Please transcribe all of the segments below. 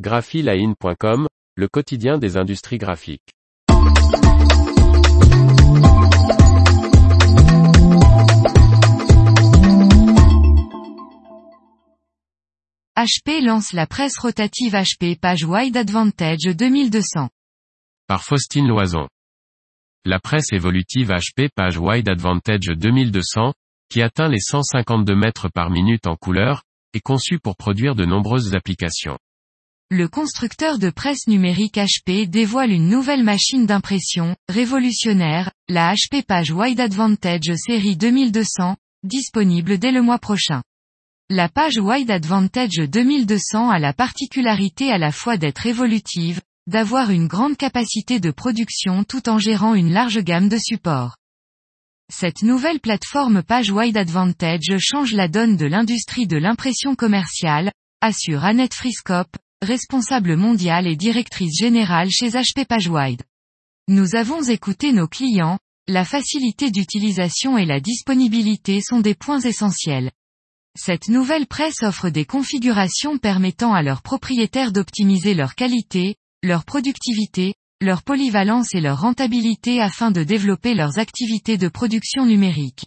graphiline.com, le quotidien des industries graphiques. HP lance la presse rotative HP Page Wide Advantage 2200. Par Faustine Loison. La presse évolutive HP Page Wide Advantage 2200, qui atteint les 152 mètres par minute en couleur, est conçue pour produire de nombreuses applications. Le constructeur de presse numérique HP dévoile une nouvelle machine d'impression, révolutionnaire, la HP Page Wide Advantage série 2200, disponible dès le mois prochain. La Page Wide Advantage 2200 a la particularité à la fois d'être évolutive, d'avoir une grande capacité de production tout en gérant une large gamme de supports. Cette nouvelle plateforme Page Wide Advantage change la donne de l'industrie de l'impression commerciale, assure Annette Friskop, responsable mondiale et directrice générale chez HP PageWide. Nous avons écouté nos clients, la facilité d'utilisation et la disponibilité sont des points essentiels. Cette nouvelle presse offre des configurations permettant à leurs propriétaires d'optimiser leur qualité, leur productivité, leur polyvalence et leur rentabilité afin de développer leurs activités de production numérique.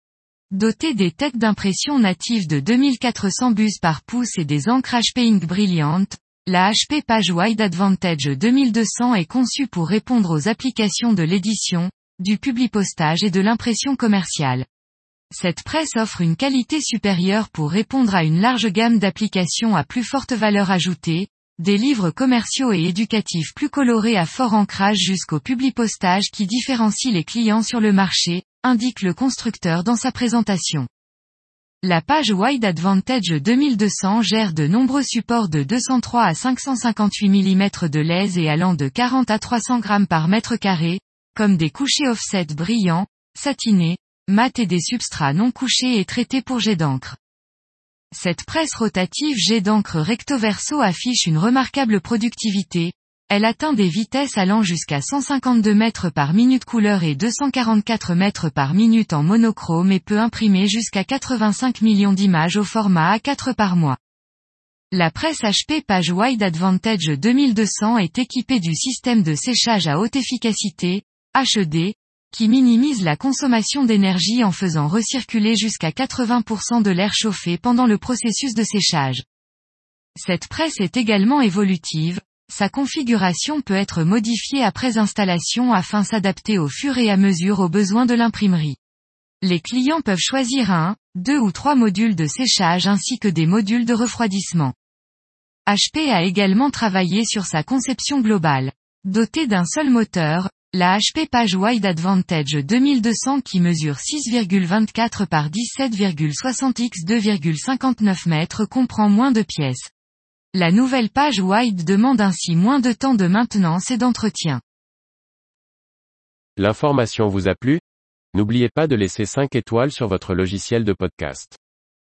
Dotée des têtes d'impression natives de 2400 bus par pouce et des encres HP Ink brillantes, la HP Page Wide Advantage 2200 est conçue pour répondre aux applications de l'édition, du publipostage et de l'impression commerciale. Cette presse offre une qualité supérieure pour répondre à une large gamme d'applications à plus forte valeur ajoutée, des livres commerciaux et éducatifs plus colorés à fort ancrage jusqu'au publipostage qui différencie les clients sur le marché, indique le constructeur dans sa présentation. La Page Wide Advantage 2200 gère de nombreux supports de 203 à 558 mm de lèse et allant de 40 à 300 grammes par mètre carré, comme des couchés offset brillants, satinés, mat et des substrats non couchés et traités pour jet d'encre. Cette presse rotative jet d'encre recto verso affiche une remarquable productivité, elle atteint des vitesses allant jusqu'à 152 mètres par minute couleur et 244 mètres par minute en monochrome et peut imprimer jusqu'à 85 millions d'images au format A4 par mois. La presse HP Page Wide Advantage 2200 est équipée du système de séchage à haute efficacité, HED, qui minimise la consommation d'énergie en faisant recirculer jusqu'à 80% de l'air chauffé pendant le processus de séchage. Cette presse est également évolutive, sa configuration peut être modifiée après installation afin s'adapter au fur et à mesure aux besoins de l'imprimerie. Les clients peuvent choisir 1, 2 ou 3 modules de séchage ainsi que des modules de refroidissement. HP a également travaillé sur sa conception globale. Dotée d'un seul moteur, la HP Page Wide Advantage 2200 qui mesure 6,24 par 17,60 x 2,59 mètres comprend moins de pièces. La nouvelle Page Wide demande ainsi moins de temps de maintenance et d'entretien. L'information vous a plu ? N'oubliez pas de laisser 5 étoiles sur votre logiciel de podcast.